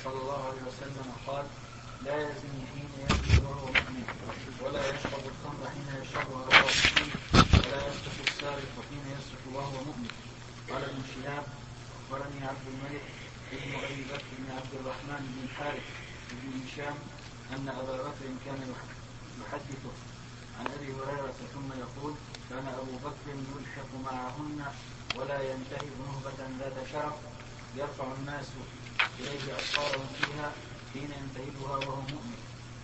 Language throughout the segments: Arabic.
صلى الله عليه وسلم قال: لا يزني حين يزني وهو مؤمن، ولا يشرب الخمر حين يشربها وهو مؤمن، ولا يسرق السارق حين يسرق وهو مؤمن. قال ابن شهاب: أخبرني عبد الملك ابن أبي بكر بن عبد الرحمن بن الحارث بن هشام أن أبا بكر كان يحدثه عن أبي هريرة ثم يقول: كان أبو بكر يلحق معهن ولا ينتهب نهبة ذات شرف يرفع الناس إليه أبصارهم فيها حين ينتهبها وهو مؤمن.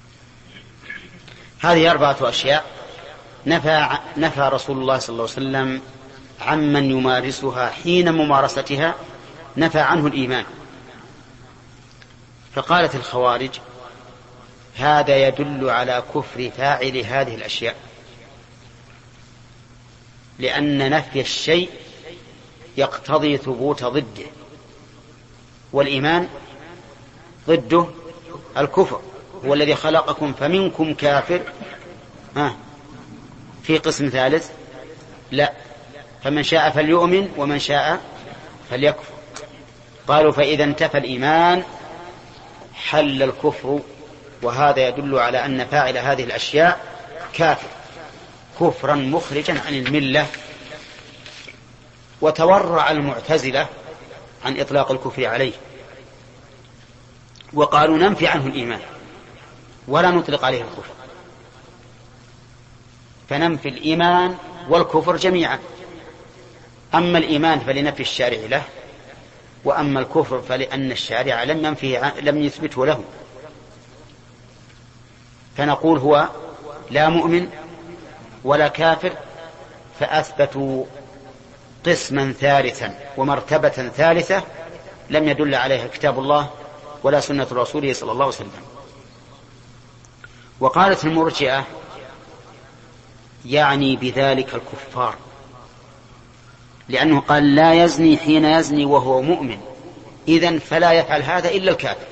هذه 4 أشياء نفى رسول الله صلى الله عليه وسلم عمن يمارسها حين ممارستها، نفى عنه الإيمان. فقالت الخوارج: هذا يدل على كفر فاعل هذه الأشياء، لأن نفي الشيء يقتضي ثبوت ضده، والإيمان ضده الكفر. هو الذي خلقكم فمنكم كافر. في قسم ثالث لا، فمن شاء فليؤمن ومن شاء فليكفر. قالوا: فإذا انتفى الإيمان حل الكفر، وهذا يدل على أن فاعل هذه الأشياء كافر كفرا مخرجا عن الملة. وتورع المعتزلة عن إطلاق الكفر عليه، وقالوا: ننفي عنه الإيمان ولا نطلق عليه الكفر، فننفي الإيمان والكفر جميعا. أما الإيمان فلنفي الشارع له، وأما الكفر فلأن الشارع لم يثبته له. فنقول: هو لا مؤمن ولا كافر، فأثبتوا قسما ثالثا ومرتبة ثالثة لم يدل عليها كتاب الله ولا سنة رسوله صلى الله عليه وسلم. وقالت المرجئة: يعني بذلك الكفار، لأنه قال: لا يزني حين يزني وهو مؤمن، إذن فلا يفعل هذا إلا الكافر،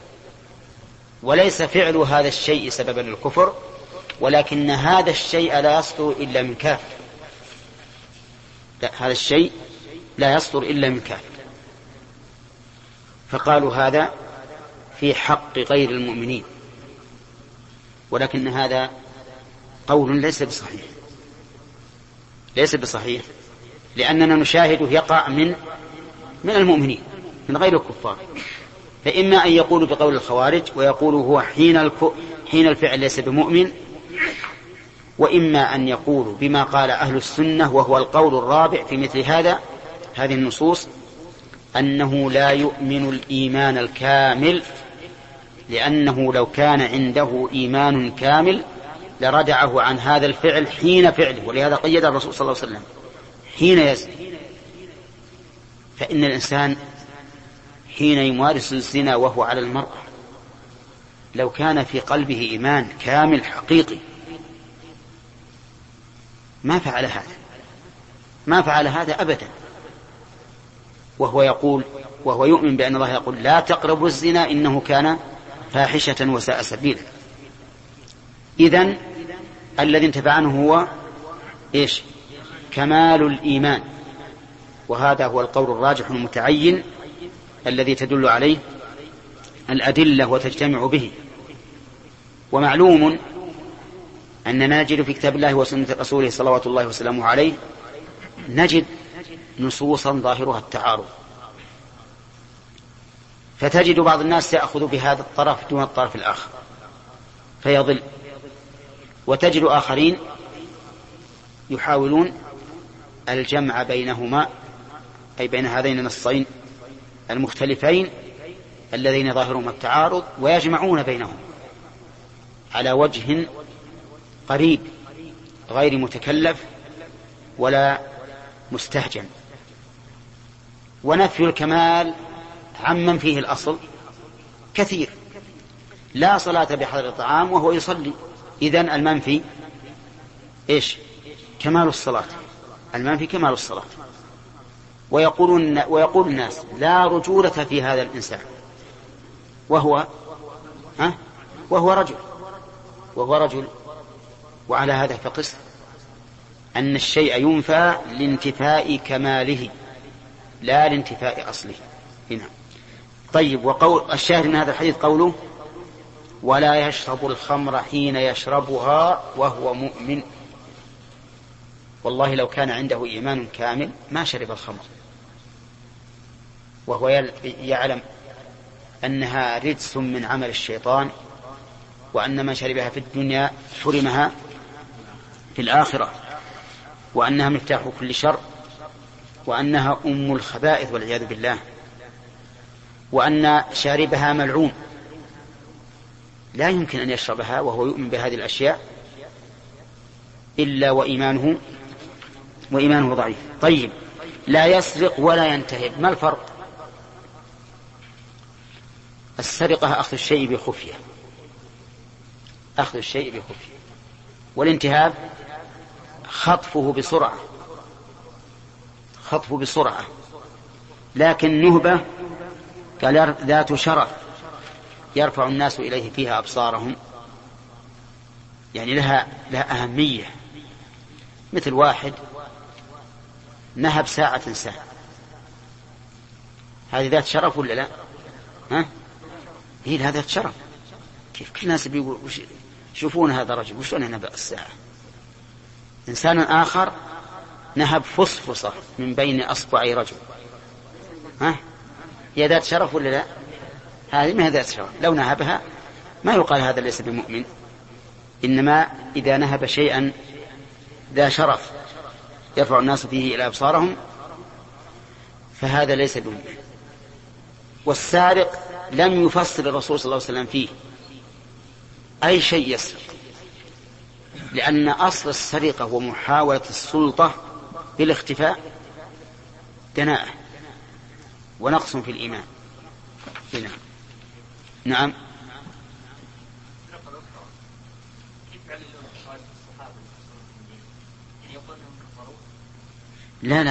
وليس فعل هذا الشيء سببا للكفر، ولكن هذا الشيء لا يصدر إلا من كافر. لا، هذا الشيء لا يصدر إلا من كافر. فقالوا: هذا في حق غير المؤمنين، ولكن هذا قول ليس بصحيح، لأننا نشاهده يقع من المؤمنين من غير الكفار. فإما أن يقولوا بقول الخوارج ويقولوا هو حين الفعل ليس بمؤمن، وإما أن يقولوا بما قال أهل السنة وهو القول الرابع في مثل هذه النصوص، أنه لا يؤمن الإيمان الكامل، لأنه لو كان عنده إيمان كامل لردعه عن هذا الفعل حين فعله. ولهذا قيد الرسول صلى الله عليه وسلم حين يزني. فإن الإنسان حين يمارس الزنا وهو على المرأة لو كان في قلبه إيمان كامل حقيقي ما فعل هذا أبدا. وهو يؤمن بأن الله يقول: لا تقربوا الزنا إنه كان فاحشة وساء سبيلا. إذن الذي انتفع عنه هو إيش؟ كمال الإيمان. وهذا هو القول الراجح المتعين الذي تدل عليه الأدلة وتجتمع به. ومعلوم أننا نجد في كتاب الله وسنة رسوله صلوات الله وسلامه عليه نجد نصوصا ظاهرها التعارض، فتجد بعض الناس يأخذ بهذا الطرف دون الطرف الآخر فيضل، وتجد آخرين يحاولون الجمع بينهما، أي بين هذين النصين المختلفين الذين ظاهرهما التعارض، ويجمعون بينهم على وجه قريب غير متكلف ولا مستهجن. ونفي الكمال عمن فيه الأصل كثير. لا صلاة بحضر الطعام وهو يصلي، إذن المنفي إيش؟ كمال الصلاة. المنفي كمال الصلاة. ويقول الناس: لا رجولة في هذا الإنسان، وهو رجل. وعلى هذا فقس أن الشيء ينفى لانتفاء كماله لا لانتفاء أصله. هنا طيب، وقول الشاهد من هذا الحديث قوله ولا يشرب الخمر حين يشربها وهو مؤمن. والله لو كان عنده إيمان كامل ما شرب الخمر وهو يعلم أنها رجس من عمل الشيطان، وأن من شربها في الدنيا حرمها في الآخرة، وأنها مفتاح كل شر، وأنها أم الخبائث والعياذ بالله، وأن شاربها ملعون. لا يمكن أن يشربها وهو يؤمن بهذه الأشياء إلا وإيمانه ضعيف. طيب، لا يسرق ولا ينتهب، ما الفرق؟ السرقة أخذ الشيء بخفية، والانتهاب خطفه بسرعة. لكن نهبة قال ذات شرف يرفع الناس إليه فيها أبصارهم، يعني لها أهمية، مثل واحد نهب ساعة، هذه ذات شرف ولا لا؟ هي ذات شرف. كيف كل الناس بيقول شوفون هذا الرجل وشلون نهب الساعة؟ إنسان آخر نهب فصفصة من بين أصبعي رجل، هي ذات شرف ولا لا؟ هذه ما هي ذات شرف. لو نهبها ما يقال هذا ليس بمؤمن، إنما إذا نهب شيئا ذا شرف يرفع الناس فيه إلى أبصارهم فهذا ليس بمؤمن. والسارق لم يفصل الرسول صلى الله عليه وسلم فيه أي شيء يسرق، لأن أصل السرقة ومحاولة السلطة بالاختفاء دناءة ونقص في الإيمان. نعم. لا،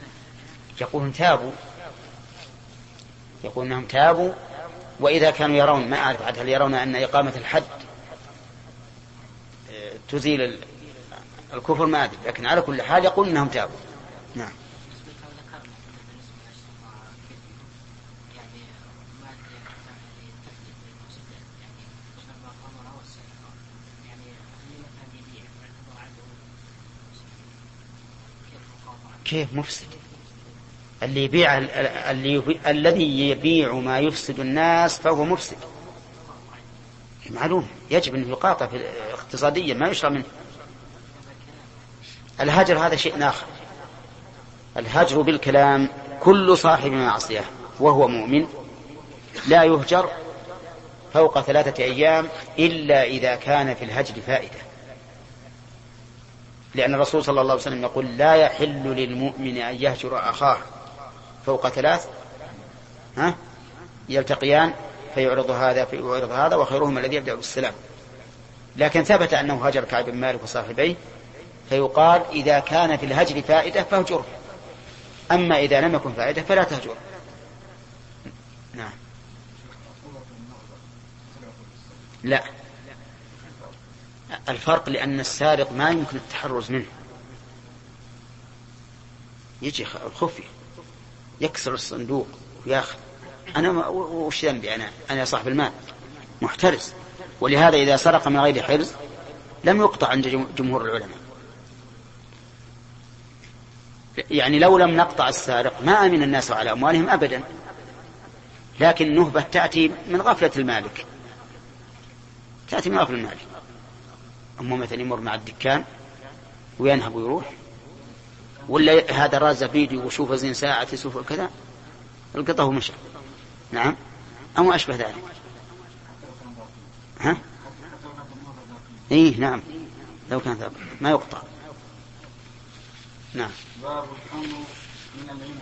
يقول أنهم تابوا، وإذا كانوا يرون، ما أعرف هل يرون أن إقامة الحد تزيل الكفر، ما أدري، لكن على كل حال يقول أنهم تابوا. نعم. كيف مفسد؟ الذي يبيع ما يفسد الناس فهو مفسد، معلوم، يجب أن يقاطع اقتصاديا، ما يشرى منه. الهجر هذا شيء آخر. الهجر بالكلام، كل صاحب معصية وهو مؤمن لا يهجر فوق 3 أيام إلا إذا كان في الهجر فائدة، لأن الرسول صلى الله عليه وسلم يقول لا يحل للمؤمن أن يهجر أخاه فوق 3 يلتقيان فيعرض هذا وخيرهم الذي يبدأ بالسلام. لكن ثبت أنه هجر كعب بن مالك وصاحبيه، فيقال إذا كان في الهجر فائدة فاهجره، أما إذا لم يكن فائدة فلا تهجره. نعم. لا، الفرق لأن السارق ما يمكن التحرز منه، يجي الخفي يكسر الصندوق وياخذ. أنا وش ذنبي؟ أنا صاحب المال محترز، ولهذا إذا سرق من غير حرز لم يقطع عند جمهور العلماء. يعني لو لم نقطع السارق ما أمن الناس على أموالهم أبدا، لكن النهبة تأتي من غفلة المالك، أما مثلا يمر مع الدكان وينهب ويروح، ولا هذا رازة فيديو وشوف زين ساعة يشوف كذا القطه ومشى. نعم، أو أشبه ذلك. نعم، لو كان ثابت ما يقطع. نعم. باب الخمر من العنب.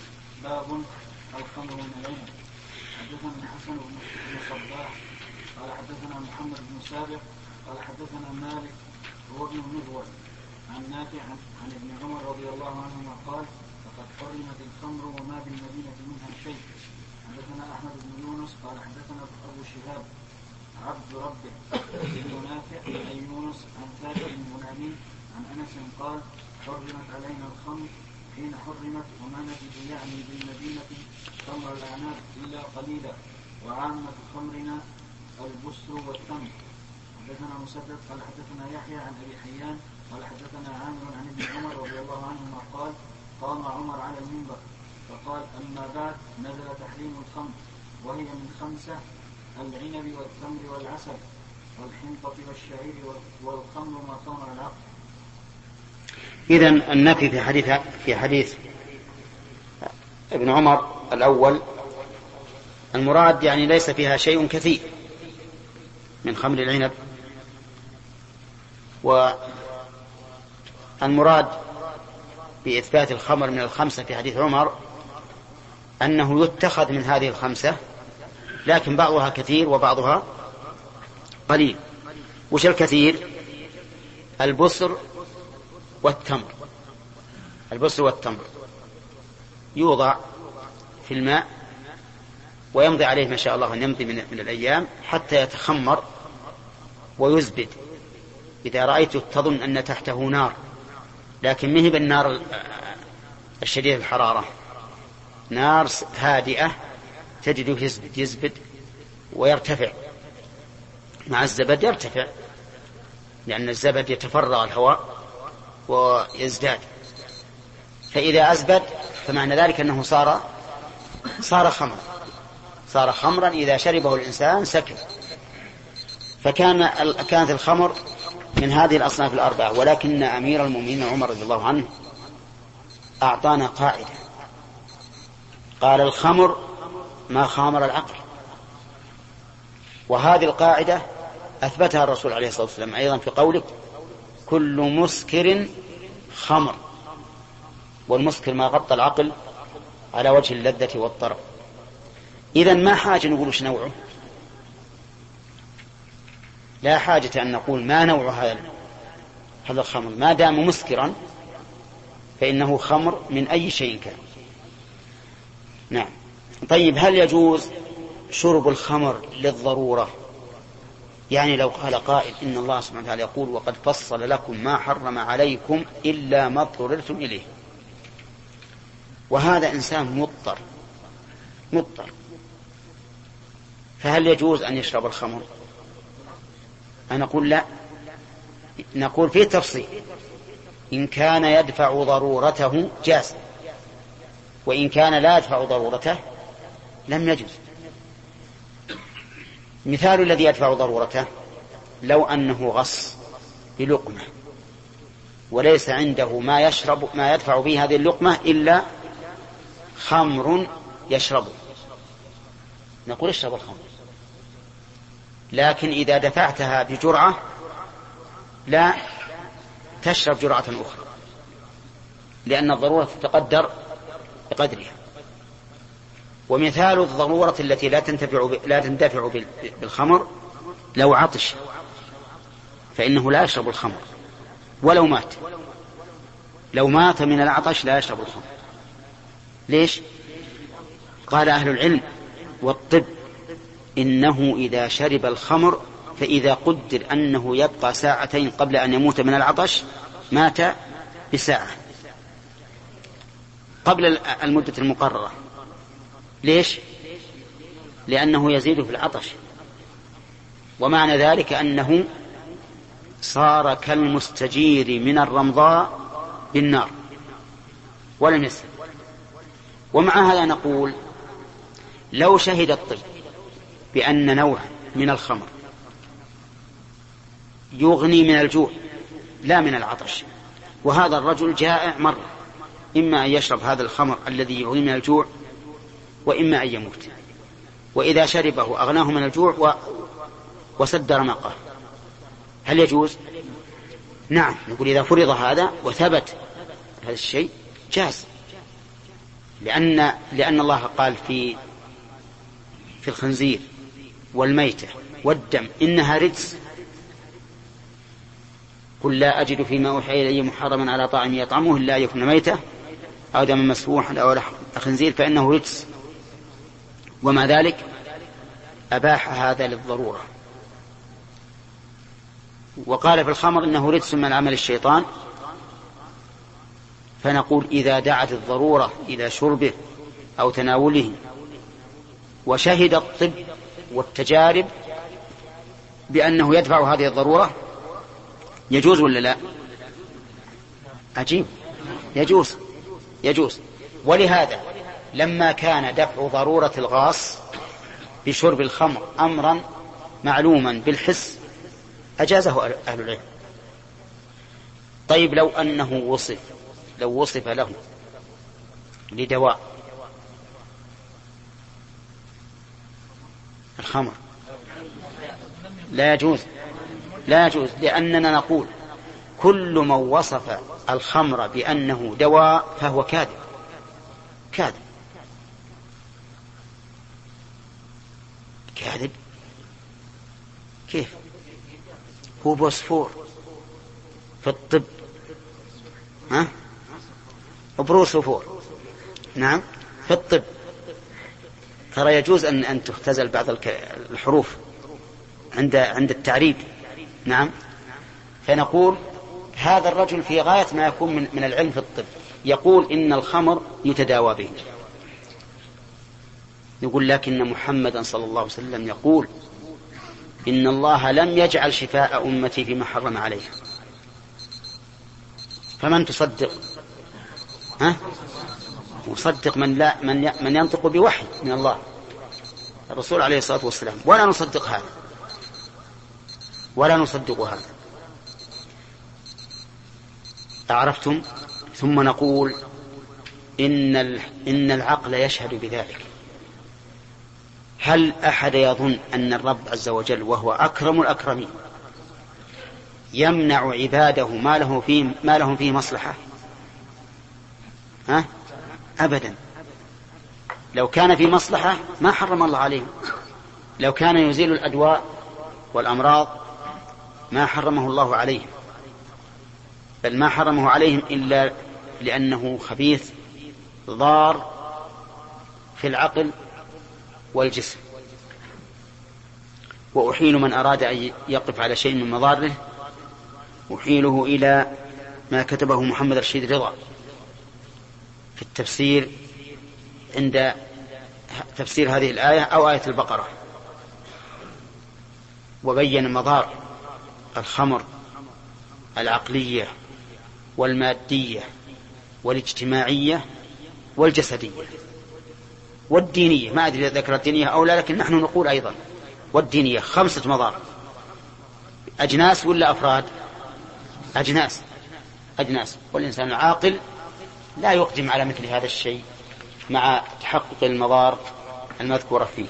حدثنا الحسن بن صباح قال حدثنا محمد بن سابق قال حدثنا مالك هو ابن مغول عن نافع عن ابن عمر رضي الله عنهما قال لقد حرمت الخمر وما بالمدينة منها شيء. حدثنا أحمد بن يونس قال حدثنا أبو شهاب عبد ربه بن نافع عن يونس عن ثابت بن منامين عن أنس قال حرمت علينا الخمر حين حرمت وما نجد يعني بالمدينة خمر الأعناب إلا قليلا وعامة خمرنا البسر والتمر. حدثنا مسدد قال حدثنا يحيى عن أبي حيان قال حدثنا عامر عن ابن عمر رضي الله عنهما قال قام عمر على المنبر فقال أما بعد نزل تحريم الخمر وهي من 5 العنب والتمر والعسل والحنطة والشعير والخمر ما خمر العقل. إذن النفي في حديث ابن عمر الأول المراد يعني ليس فيها شيء كثير من خمر العنب، والمراد بإثبات الخمر من 5 في حديث عمر أنه يتخذ من هذه 5 لكن بعضها كثير وبعضها قليل. وش الكثير؟ البسر والتمر. البسر والتمر يوضع في الماء ويمضي عليه ما شاء الله أن يمضي من الأيام حتى يتخمر ويزبد. إذا رأيت تظن أن تحته نار، لكن مهب النار الشديد الحرارة، نار هادئة تجده يزبد ويرتفع مع الزبد، يرتفع لأن الزبد يتفرغ الهواء ويزداد. فإذا أزبد فمعنى ذلك أنه صار خمرا إذا شربه الإنسان سكر. كانت الخمر من هذه الأصناف 4، ولكن أمير المؤمنين عمر رضي الله عنه أعطانا قاعدة قال الخمر ما خامر العقل، وهذه القاعدة أثبتها الرسول عليه الصلاة والسلام أيضا في قوله كل مسكر خمر، والمسكر ما غطى العقل على وجه اللذة والطرب. إذن ما حاجة نقول وش نوعه، لا حاجة أن نقول ما نوع هذا الخمر، ما دام مسكرا فإنه خمر من أي شيء كان. نعم. طيب هل يجوز شرب الخمر للضرورة؟ يعني لو قال قائل إن الله سبحانه وتعالى يقول وقد فصل لكم ما حرم عليكم إلا ما اضطررتم إليه، وهذا إنسان مضطر، فهل يجوز أن يشرب الخمر؟ أنا أقول لا، نقول فيه تفصيل، إن كان يدفع ضرورته جاز، وإن كان لا يدفع ضرورته لم يجوز. مثال الذي يدفع ضرورته لو أنه غص بلقمة وليس عنده ما يدفع به هذه اللقمة إلا خمر يشربه، نقول اشرب الخمر. لكن إذا دفعتها بجرعة لا تشرب جرعة أخرى، لأن الضرورة تتقدر بقدرها. ومثال الضرورة التي لا تندفع بالخمر لو عطش فإنه لا يشرب الخمر ولو مات، لو مات من العطش لا يشرب الخمر. ليش؟ قال أهل العلم والطب إنه إذا شرب الخمر فإذا قدر أنه يبقى 2 ساعة قبل أن يموت من العطش مات بساعة قبل المدة المقررة. ليش؟ لأنه يزيد في العطش، ومعنى ذلك أنه صار كالمستجير من الرمضاء بالنار ولم يسلم. ومع هذا نقول لو شهد الطب بأن نوع من الخمر يغني من الجوع لا من العطش، وهذا الرجل جائع مرة، إما أن يشرب هذا الخمر الذي يغني من الجوع وإما أن يموت، وإذا شربه أغناه من الجوع وسد رمقه، هل يجوز؟ نعم، نقول إذا فرض هذا وثبت هذا الشيء جاز، لأن الله قال في الخنزير والميتة والدم إنها رجس، قل لا أجد فيما أوحي إلي محرما على طاعم يطعمه إلا يكون ميتة أو دم مسفوحا أو لحم خنزير فإنه رجس، ومع ذلك أباح هذا للضرورة. وقال في الخمر إنه رجس من عمل الشيطان فنقول إذا دعت الضرورة إلى شربه أو تناوله وشهد الطب والتجارب بأنه يدفع هذه الضرورة يجوز ولا لا؟ عجيب، يجوز. ولهذا لما كان دفع ضرورة الغاص بشرب الخمر أمرا معلوما بالحس أجازه أهل العلم. طيب لو أنه وصف له لدواء الخمر لا يجوز، لأننا نقول كل من وصف الخمر بأنه دواء فهو كاذب. كيف؟ هو بوسفور في الطب، بروسفور، نعم، في الطب. ترى يجوز أن تختزل بعض الحروف عند التعريب، نعم. فنقول هذا الرجل في غاية ما يكون من العلم في الطب يقول إن الخمر يتداوى به. يقول لكن محمدا صلى الله عليه وسلم يقول إن الله لم يجعل شفاء أمتي فيما حرم عليها. فمن تصدق؟ وصدق من ينطق بوحي من الله، الرسول عليه الصلاة والسلام، ولا نصدق هذا. أعرفتم؟ ثم نقول إن العقل يشهد بذلك. هل أحد يظن أن الرب عز وجل وهو أكرم الأكرمين يمنع عباده ما لهم فيه مصلحة؟ أبدا. لو كان في مصلحة ما حرم الله عليهم. لو كان يزيل الأدواء والأمراض ما حرمه الله عليهم، بل ما حرمه عليهم إلا لأنه خبيث ضار في العقل والجسم. وأحيل من أراد أن يقف على شيء من مضاره أحيله إلى ما كتبه محمد رشيد رضا في التفسير عند تفسير هذه الآية أو آية البقرة، وبين مضار الخمر العقلية والمادية والاجتماعية والجسدية والدينية. ما أدري إذا ذكر الدينية أو لا، لكن نحن نقول أيضا والدينية. 5 مضار. أجناس ولا أفراد؟ أجناس. والإنسان العاقل لا يقدم على مثل هذا الشيء مع تحقق المضار المذكورة فيه.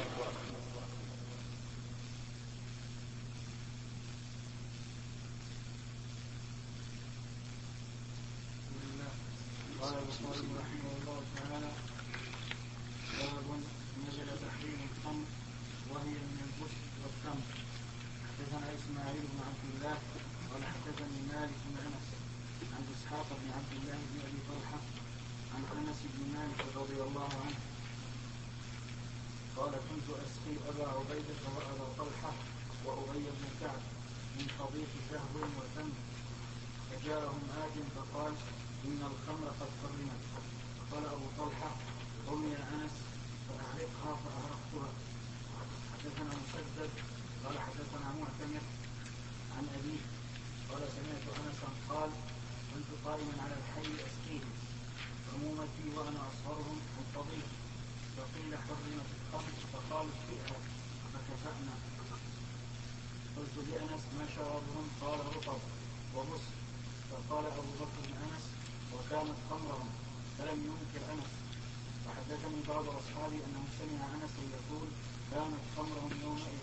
قال كنت أسقي أبا عبيدة وأبا طلحة وأبي بن كعب من خضيق شهو وتمر، فجاءهم آت فقال إن الخمر قد حرمت. قال أبو طلحة قم يا أنس فأعرقها فأعرقتها. حدثنا مسدد قال حدثنا معتمر عن أبيه قال سمعت أنسا قال كنت قائما على الحي أسقيه عمومتي وأنا أصغرهم الفضيل، فقيل حرمت الخمر فقالوا اسقيها فكفأنا. قلت لأنس ما شرابهم؟ قال رطب ومسك. فقال أبو بكر بن أنس وكانت خمرهم، فلم ينكر أنس. فحدثني بعض أصحابي أنه سمع أنسا يقول كانت خمرهم يومئذ.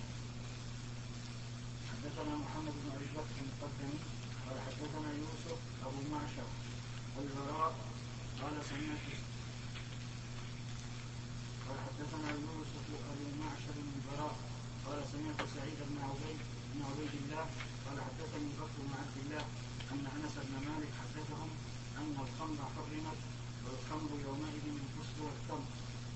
حدثنا محمد بن أبي بكر المقدمي قال حدثنا يوسف أبو معشر البراء قال سمعت قال حدثنا يوسف أبو معشر البراء قال سمعت سعيد بن عبيد الله قال حدثني بكر بن عبد الله أن أنس بن مالك حدثهم أن الخمر حرمت والخمر يومئذ الفسق والتمر.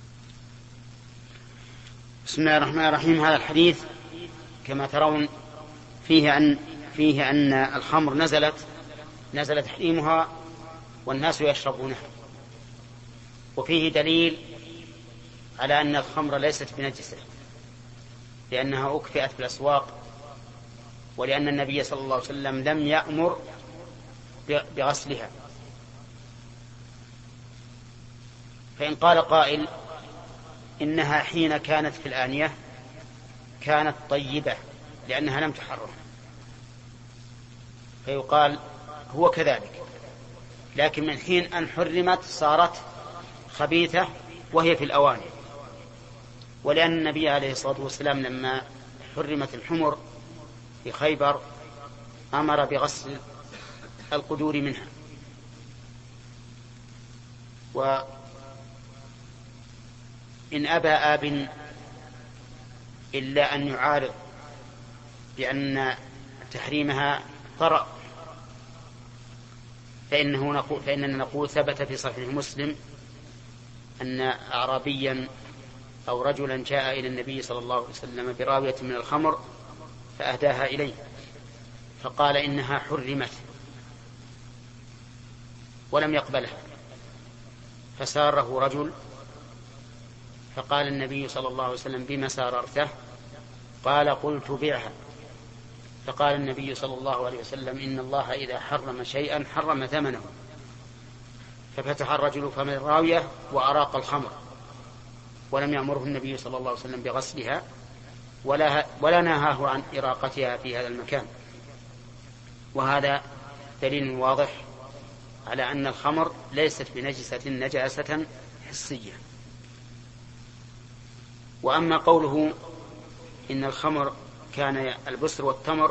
بسم الله الرحمن الرحيم. هذا الحديث كما ترون فيه أن الخمر نزل تحريمها والناس يشربونها. وفيه دليل على أن الخمر ليست بنجسة، لأنها أكفئت في الأسواق، ولأن النبي صلى الله عليه وسلم لم يأمر بغسلها. فإن قال قائل إنها حين كانت في الآنية كانت طيبة لأنها لم تحرم، فيقال هو كذلك، لكن من حين أن حرمت صارت خبيثة وهي في الأواني. ولأن النبي عليه الصلاة والسلام لما حرمت الحمر في خيبر أمر بغسل القدور منها. وإن أبى آب إلا أن يعارض بأن تحريمها طرأ فإننا نقول ثبت في صحيح مسلم أن أعرابيا أو رجلا جاء إلى النبي صلى الله عليه وسلم براوية من الخمر فأهداها إليه، فقال إنها حرمت ولم يقبلها، فساره رجل، فقال النبي صلى الله عليه وسلم بما ساررته؟ قال قلت بيعها. فقال النبي صلى الله عليه وسلم إن الله إذا حرم شيئا حرم ثمنه. ففتح الرجل فم الراوية وأراق الخمر، ولم يأمره النبي صلى الله عليه وسلم بغسلها ولا نهاه عن إراقتها في هذا المكان. وهذا دليل واضح على أن الخمر ليست بنجسة نجاسة حسية. وأما قوله إن الخمر كان البسر والتمر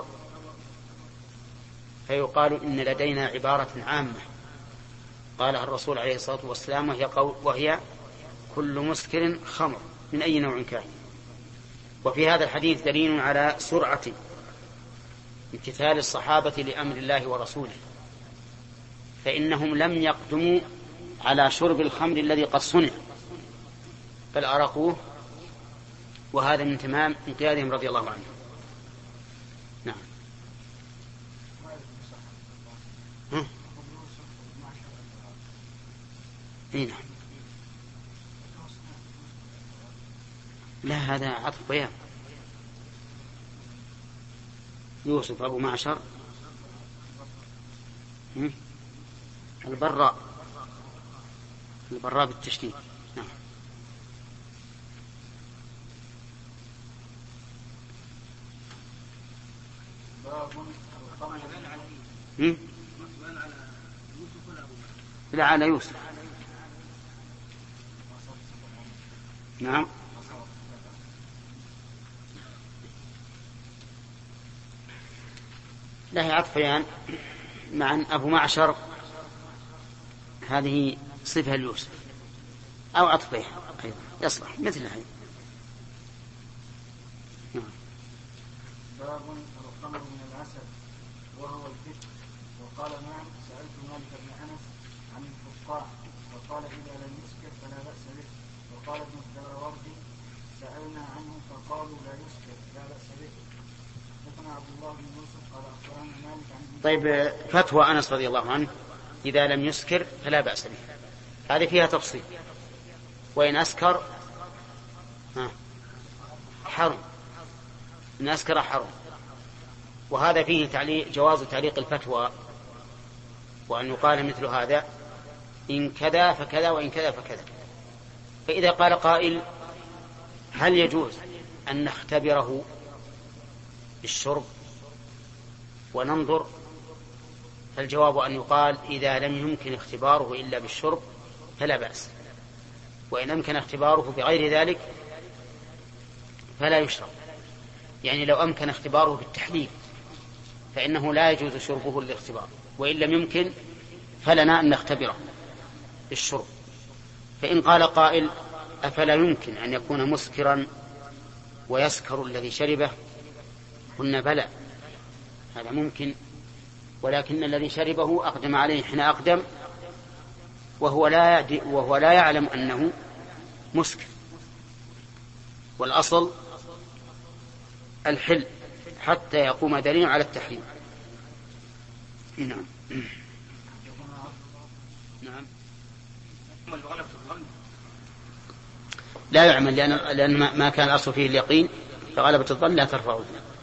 فيقال إن لدينا عبارة عامة قالها الرسول عليه الصلاة والسلام وهي كل مسكر خمر من أي نوع كان. وفي هذا الحديث دليل على سرعة امتثال الصحابة لأمر الله ورسوله، فإنهم لم يقدموا على شرب الخمر الذي قد صنع بل أرقوه، وهذا من تمام انقيادهم رضي الله عنهم. نعم. نعم. لا، هذا عطف بيان. يوسف أبو معشر البراء بالتشديد. نعم. لا، على يوسف. نعم. لا، عطفيان مع أبو معشر هذه صفة ليوسف أو عطفيه أيضا يصلح مثل هذه. باب الخمر من العسل وهو الفت. وقال نعم سألت مالك بن أنس عن الفقاع وقال إذا لم يسكر فلا بأس به. وقال ابن الدراوردي سألنا عنه فقالوا لا يسكر لا بأس به. حدثنا عبد الله بن يوسف قال أخبرنا مالك عن. طيب، فتوى أنس رضي الله عنه إذا لم يسكر فلا بأس به، هذه فيها تفصيل. وإن أسكر حرم، إن أسكر حرم. وهذا فيه جواز تعليق الفتوى، وأن يقال مثل هذا إن كذا فكذا وإن كذا فكذا. فإذا قال قائل هل يجوز أن نختبره بالشرب وننظر؟ فالجواب أن يقال إذا لم يمكن اختباره إلا بالشرب فلا بأس، وإن أمكن اختباره بغير ذلك فلا يشرب. يعني لو أمكن اختباره بالتحليل فإنه لا يجوز شربه للاختبار، وإن لم يمكن فلنا أن نختبره بالشرب. فإن قال قائل أفلا يمكن أن يكون مسكرا ويسكر الذي شربه؟ قلنا بلى، هذا ممكن، ولكن الذي شربه أقدم عليه حين أقدم وهو لا يعلم أنه مسكر. والأصل الحل حتى يقوم دليل على التحريم. نعم. لا يعمل لأن ما كان الأصل فيه اليقين، فغلبة الظن لا ترفعه.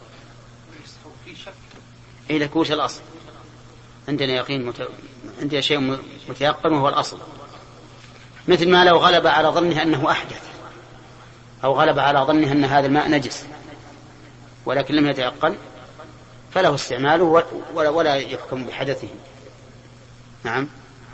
إيه لك وش الأصل؟ عندنا يقين عندنا شيء متيقن وهو الأصل. مثل ما لو غلب على ظنه أنه أحدث، أو غلب على ظنه أن هذا الماء نجس ولكن لم يتيقن، فله استعماله ولا يحكم بحدثه. نعم.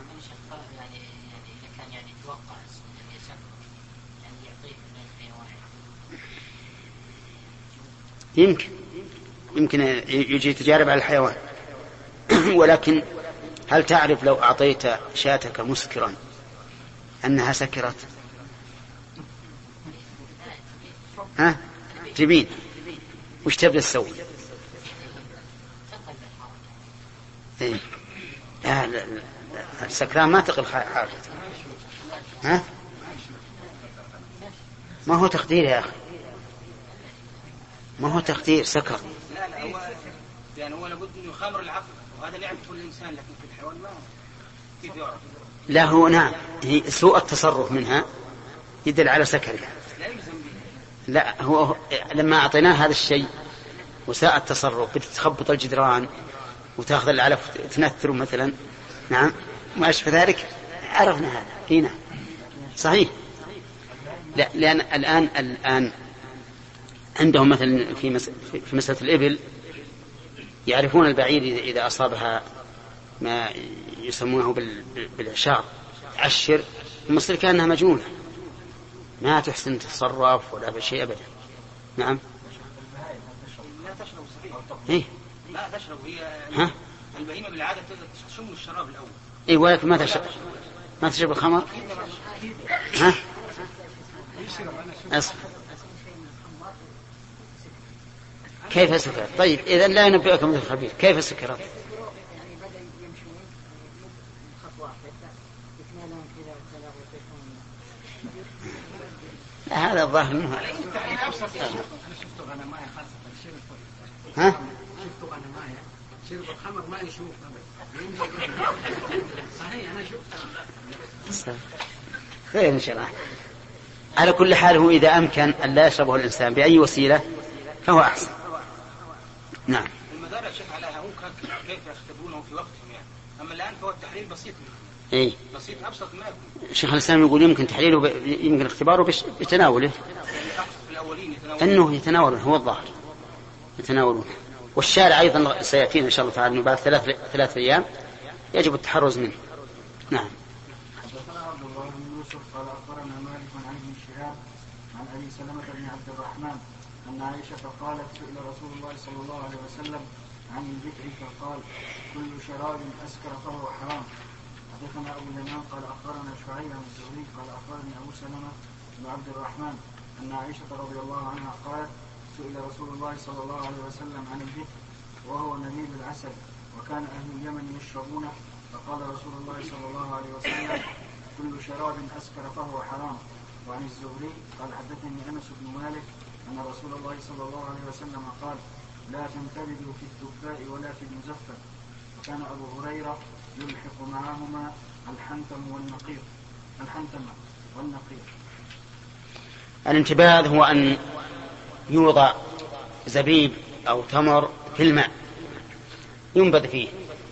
يمكن يجي تجارب على الحيوان. ولكن هل تعرف لو أعطيت شاتك مسكرا أنها سكرت؟ ها؟ تبين وش تبدأ تسوي؟ إيه؟ لا السكران ما تقل حاجة. ها؟ ما هو تقدير يا أخي، ما هو تقدير سكر. لا هو يعني هو لابد انه خمر العقل، وهذا لعب كل انسان، لكن في الحيوان ما كيف يعرف؟ لا هو نعم، هي سوء التصرف منها يدل على سكرها. لا هو لما أعطيناه هذا الشيء وساء التصرف، بتخبط الجدران وتأخذ العلف تنثر مثلا، نعم ما أشبه ذلك، عرفنا هذا. هنا صحيح. لا لأن الآن عندهم مثلا في مسألة الإبل يعرفون البعير إذا أصابها ما يسمونه بالعشار عشر، مصر كأنها مجنونة ما تحسن تتصرف ولا بشيء أبدا. نعم. لا تشرب صحيح. إيه؟ لا تشرب، هي البهيمة بالعادة تشم الشراب الأول. إيه ولكن ما تشرب الخمر. ها؟ أصف. كيف سكرت؟ طيب إذا لا ينبئكم مثل الخبير، كيف سكرت؟ هذا الظاهر منه. ها؟ شفت أنا معي شرب الخمر ما يشوف صحيح أنا شفت. خير إن شاء الله. على كل حال هو إذا أمكن أن لا يشربه الإنسان بأي وسيلة فهو أحسن. نعم. المدارس شيخ عليها هم كيف يختبرونه في وقتهم يعني، أما الآن فهو التحليل بسيط. إيه. بسيط أبسط ما يكون. الشيخ الإسلام يقول يمكن تحليله يمكن اختباره بتناوله. أنه يتناوله هو الظاهر يتناولونه. والشارع أيضا سيأتينا إن شاء الله تعالى بعد 3 أيام يجب التحرز منه. نعم. حدثنا عبد الله بن يوسف قال أخبرنا مالك عن ابن شهاب عن أبي سلمة بن عبد الرحمن أن عائشة قالت سئل رسول الله صلى الله عليه وسلم عن الذكر فقال كل شراب أسكر فهو حرام. حدثنا أبو اليمان قال أخبرنا شعيب عن الزهري قال أخبرني أبو سلمة بن عبد الرحمن أن عائشة رضي الله عنها قالت سئل رسول الله صلى الله عليه وسلم عن الذكر وهو نبيذ العسل وكان أهل اليمن يشربونه، فقال رسول الله صلى الله عليه وسلم كل شراب أسكر فهو حرام. وعن الزهري قال حدثني أنس بن مالك أن رسول الله صلى الله عليه وسلم قال لا تنتبذوا في الدباء ولا في المزفت. وكان أبو هريرة يلحق معهما الحنتم والنقير. الانتباذ هو أن يوضع زبيب أو تمر في الماء ينبذ فيه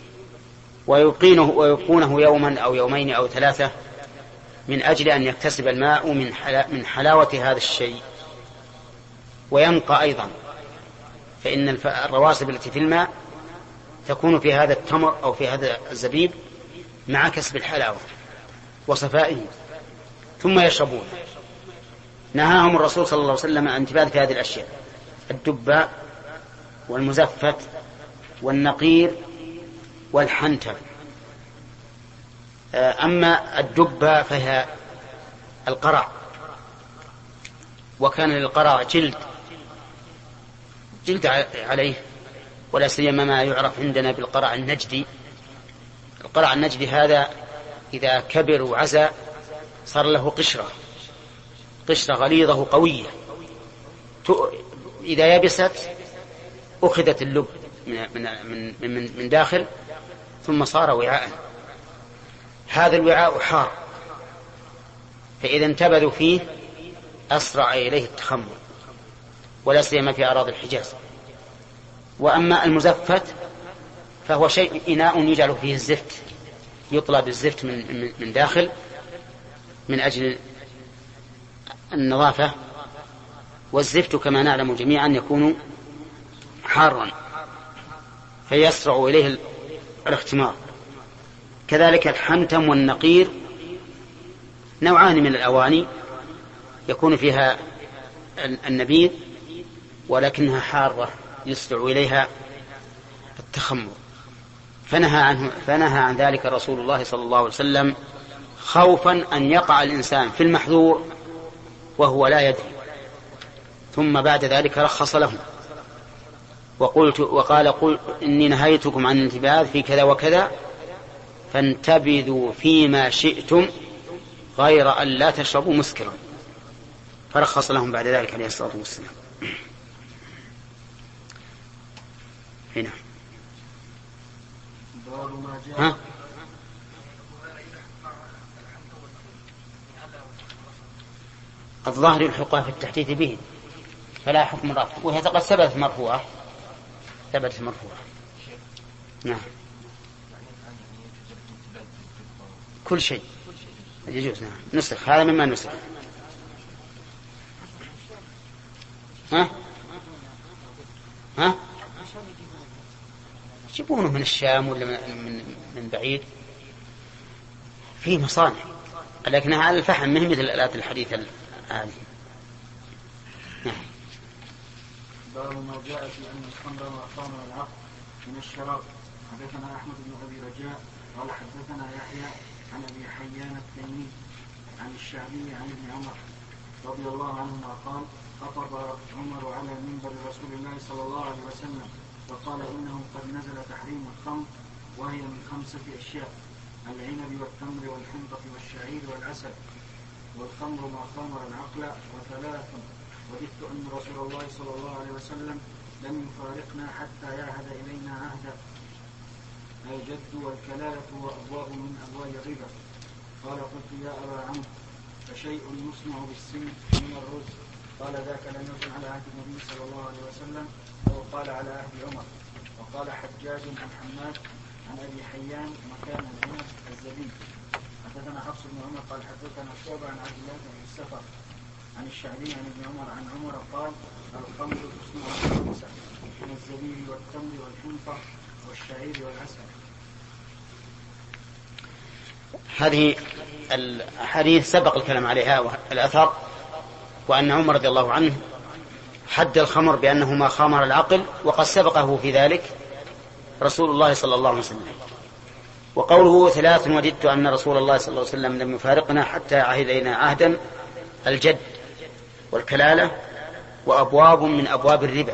ويبقونه يوما أو يومين أو 3 من أجل أن يكتسب الماء من حلاوة هذا الشيء وينقى أيضا، فإن الرواسب التي في الماء تكون في هذا التمر أو في هذا الزبيب مع كسب الحلاوة وصفائه ثم يشربون. نهاهم الرسول صلى الله عليه وسلم عن انتباذ في هذه الأشياء: الدباء والمزفت والنقير والحنتم. أما الدباء فهي القرع، وكان للقرع جلد عليه، ولا سيما ما يعرف عندنا بالقرع النجدي. القرع النجدي هذا إذا كبر وعزى صار له قشرة غليظة قوية، إذا يبست أخذت اللب من داخل ثم صار وعاء. هذا الوعاء حار فإذا انتبذوا فيه أسرع إليه التخمر، ولا سيما في أراضي الحجاز. وأما المزفت فهو شيء إناء يجعل فيه الزفت، يطلى بالزفت من داخل من أجل النظافة، والزفت كما نعلم جميعا يكون حارا فيسرع إليه الاختمار. كذلك الحنتم والنقير نوعان من الأواني يكون فيها النبيذ ولكنها حارة يسرع إليها التخمر، فنهى عن ذلك رسول الله صلى الله عليه وسلم خوفا أن يقع الإنسان في المحذور وهو لا يدري، ثم بعد ذلك رخص لهم وقال قل إني نهيتكم عن الانتباذ في كذا وكذا فانتبذوا فيما شئتم غير أن لا تشربوا مسكرا، فرخص لهم بعد ذلك عليه الصلاة والسلام. هنا ها؟ الظاهر الحقوق في التحديث به فلا حكم الرفع، وهي قد ثبتت مرفوعة. نعم كل شيء يجوز. نعم نسخ، هذا مما نسخ. ها يجيبونه من الشام ولا من بعيد، فيه مصانع لكنها على الفحم مهم مثل الآلات الحديثة هذه. باب ما جاء في أن الخمر والخمر والعقل من الشراب. حدثنا أحمد بن أبي رجاء قال حدثنا يحيى عن أبي حيان التيمي عن الشعبي عن ابن عمر رضي الله عنهما قال خطب عمر على منبر رسول الله صلى الله عليه وسلم وقال إنه قد نزل تحريم الخمر وهي من 5 أشياء: العنب والتمر والحنطة والشعير والعسل، والخمر ما خمر العقل، وثلاث وددت أن رسول الله صلى الله عليه وسلم لم يفارقنا حتى يعهد إلينا عهدا: الجد والكلالة وأبواب من أبواب الربا. قال قلت يا أبا عمرو فشيء يسمع بالسن من الرز؟ قال ذاك لم يكن على عهد النبي صلى الله عليه وسلم أو قال على عهد عمر. وقال حجاج عن حماد عن أبي حيان مكان العنب الزبيب. حدثنا حفص بن عمر قال حدثنا شعبة عن عبد الله بن السفر عن الشعبي عن ابن عمر عن عمر قال الخمر تسمع بالخمسة من الزبيب والتمر والحنطة والشعير والعسل. هذه الحديث سبق الكلام عليها الأثر، وأن عمر رضي الله عنه حد الخمر بأنه ما خامر العقل، وقد سبقه في ذلك رسول الله صلى الله عليه وسلم. وقوله 3 وددت أن رسول الله صلى الله عليه وسلم لم يفارقنا حتى عهد إلينا عهدا: الجد والكلالة وأبواب من أبواب الربا.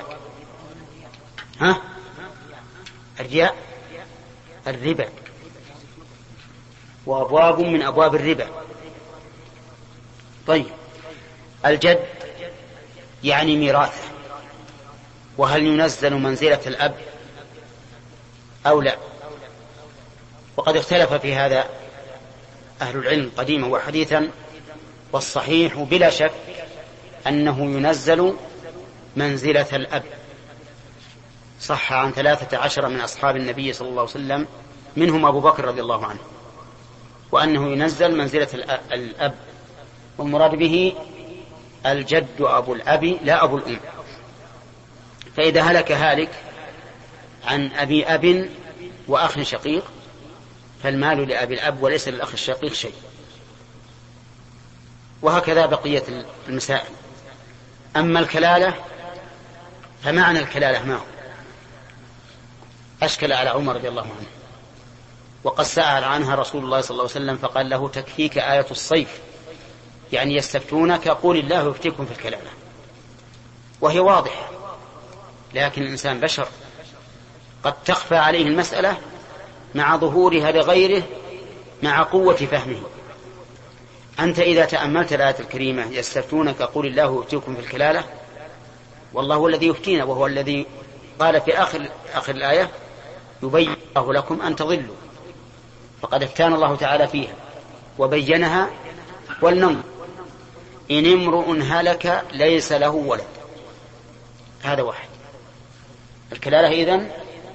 الربا وأبواب من أبواب الربا. طيب الجد يعني ميراث، وهل ينزل منزلة الأب أو لا؟ وقد اختلف في هذا أهل العلم قديما وحديثا، والصحيح بلا شك أنه ينزل منزلة الأب. صح عن 13 من أصحاب النبي صلى الله عليه وسلم منهم أبو بكر رضي الله عنه، وأنه ينزل منزلة الأب، والمراد به الجد أبو الأب لا أبو الأم. فإذا هلك هالك عن أبي أب وأخ شقيق فالمال لأبي الأب وليس للأخ الشقيق شيء. وهكذا بقية المسائل. أما الكلالة فمعنى الكلالة ما هو؟ أشكل على عمر رضي الله عنه، وقد سأل عنها رسول الله صلى الله عليه وسلم فقال له: تكفيك آية الصيف، يعني يستفتونك قول الله يفتيكم في الكلالة. وهي واضحة، لكن الإنسان بشر قد تخفى عليه المسألة مع ظهورها لغيره مع قوة فهمه. أنت إذا تأملت الآية الكريمة يستفتونك قول الله يفتيكم في الكلالة، والله هو الذي يفتينا، وهو الذي قال في آخر الآية: يبين الله لكم أن تضلوا. فقد افتان الله تعالى فيها وبينها. ولننظر إن امرؤ هلك ليس له ولد، هذا واحد. الكلالة إذن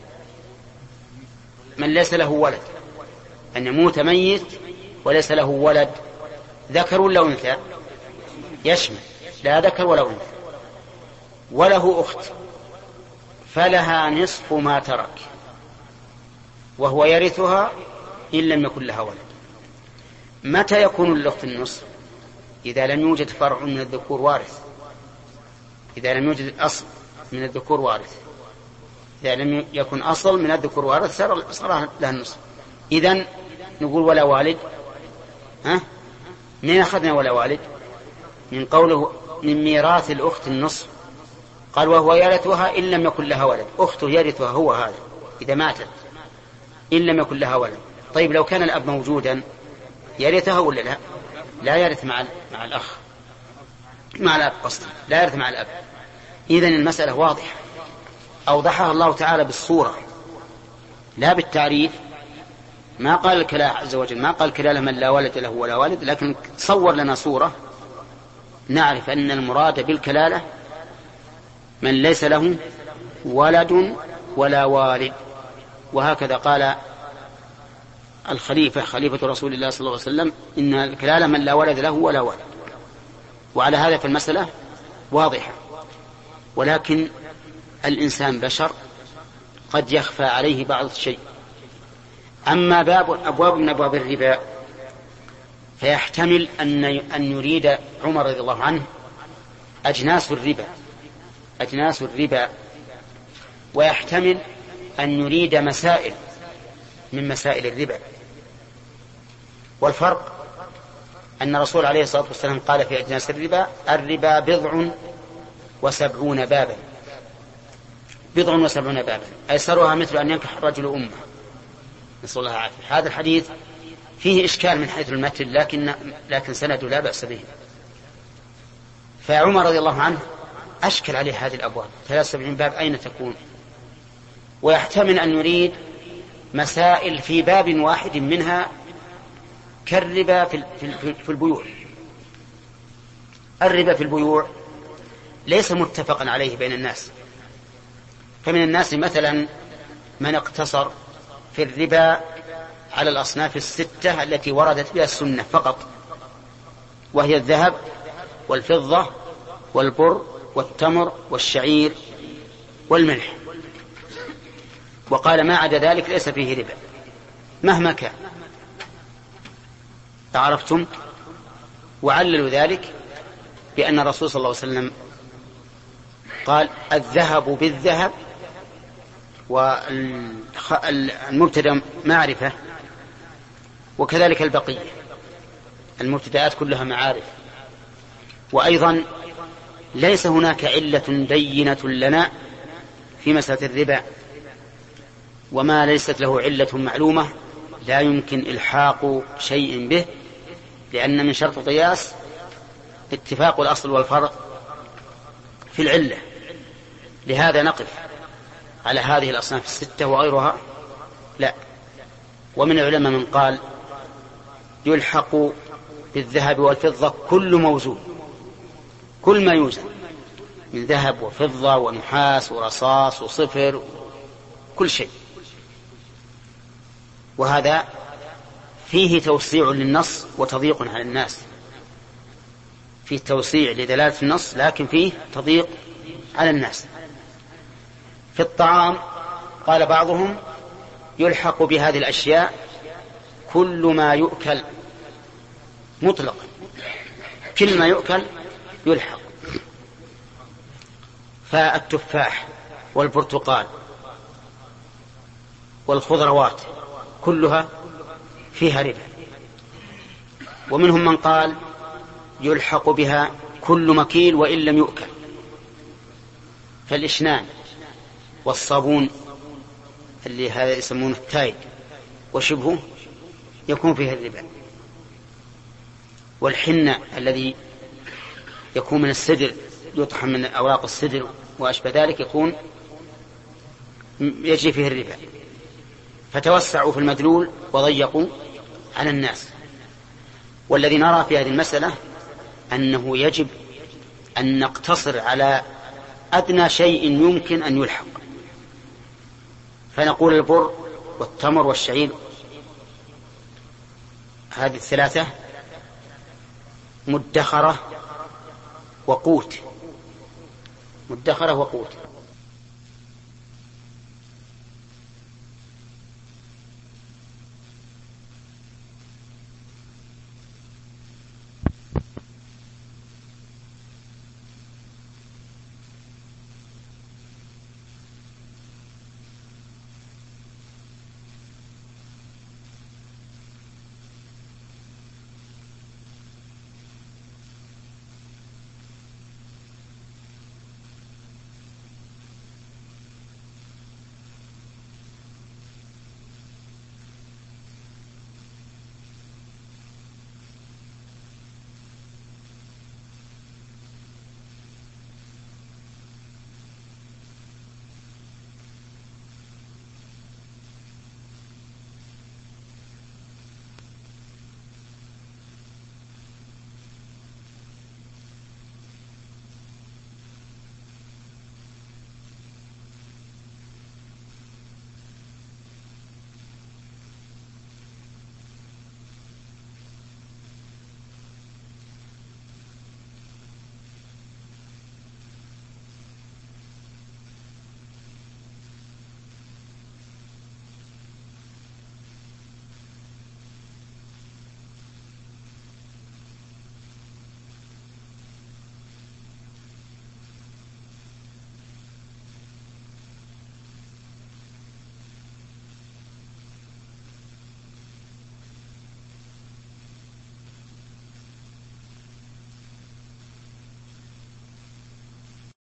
من ليس له ولد، أن يموت ميت وليس له ولد، ذكر ولا أنثى؟ يشمل لا ذكر ولا أنثى. وله أخت فلها نصف ما ترك وهو يرثها إن لم يكن لها ولد. متى يكون للأخت النصف؟ إذا لم يوجد فرع من الذكور وارث، إذا لم يوجد أصل من الذكور وارث، إذا لم يكن أصل من الذكور وارث صار لها النصف. إذن نقول ولا والد. من أخذنا ولا والد؟ من قوله من ميراث الأخت النصف، قال وهو يرثها إن لم يكن لها ولد، أخته يرثها هو هذا إذا ماتت إن لم يكن لها ولد. طيب لو كان الأب موجودا يرثها ولا لا؟ لا يرث مع الأخ، مع الأب قصدي، لا يرث مع الأب. إذن المسألة واضحة، أوضحها الله تعالى بالصورة لا بالتعريف. ما قال الكلام عز وجل، ما قال كلالة من لا ولد له ولا والد، لكن صور لنا صورة نعرف أن المراد بالكلالة من ليس له ولد ولا والد. وهكذا قال خليفة رسول الله صلى الله عليه وسلم إن الكلالة من لا ولد له ولا والد. وعلى هذا في المسألة واضحة. ولكن الإنسان بشر قد يخفى عليه بعض الشيء. أما أبواب من أبواب الربا فيحتمل أن يريد عمر رضي الله عنه أجناس الربا، ويحتمل أن يريد مسائل من مسائل الربا. والفرق أن الرسول عليه الصلاة والسلام قال في أجناس الربا: الربا 70 بابا، أيسرها مثل أن ينكح الرجل أمه، نسأل الله العافية. هذا الحديث فيه إشكال من حيث المتن، لكن سنده لا بأس به. فعمر رضي الله عنه أشكل عليه هذه الأبواب 73 باب أين تكون؟ ويحتمل أن يريد مسائل في باب واحد منها كالربا في البيوع. الربا في البيوع ليس متفقا عليه بين الناس، فمن الناس مثلا من اقتصر في الربا على الأصناف الستة التي وردت بها السنة فقط، وهي الذهب والفضة والبر والتمر والشعير والملح، وقال ما عدا ذلك ليس فيه ربا مهما كان. عرفتم؟ وعللوا ذلك بأن الرسول صلى الله عليه وسلم قال: الذهب بالذهب، والمبتدأ معرفة، وكذلك البقية، المبتدآت كلها معارف. وأيضا ليس هناك علة بينة لنا في مسألة الربا، وما ليست له علة معلومة لا يمكن إلحاق شيء به، لأن من شرط القياس اتفاق الأصل والفرق في العلة. لهذا نقف على هذه الأصناف الستة وغيرها لا. ومن العلماء من قال يلحق بالذهب والفضة كل موزون، كل ما يوزن من ذهب وفضة ونحاس ورصاص وصفر، كل شيء. وهذا فيه توسيع للنص وتضييق على الناس، فيه توسيع لدلالة النص لكن فيه تضييق على الناس. في الطعام قال بعضهم يلحق بهذه الأشياء كل ما يؤكل مطلقا، كل ما يؤكل يلحق. فالتفاح والبرتقال والخضروات كلها فيها ربا. ومنهم من قال يلحق بها كل مكيل وإن لم يؤكل، فالإشنان والصابون اللي هذا يسمونه التايد وشبهه يكون فيها الربا. والحنة الذي يكون من السدر، يطحن من أوراق السدر وأشبه ذلك، يجري فيه الربا. فتوسعوا في المدلول وضيقوا على الناس. والذي نرى في هذه المسألة أنه يجب أن نقتصر على أدنى شيء يمكن أن يلحق، فنقول البر والتمر والشعير، هذه الثلاثة مدخرة وقوت، مدخرة وقوت.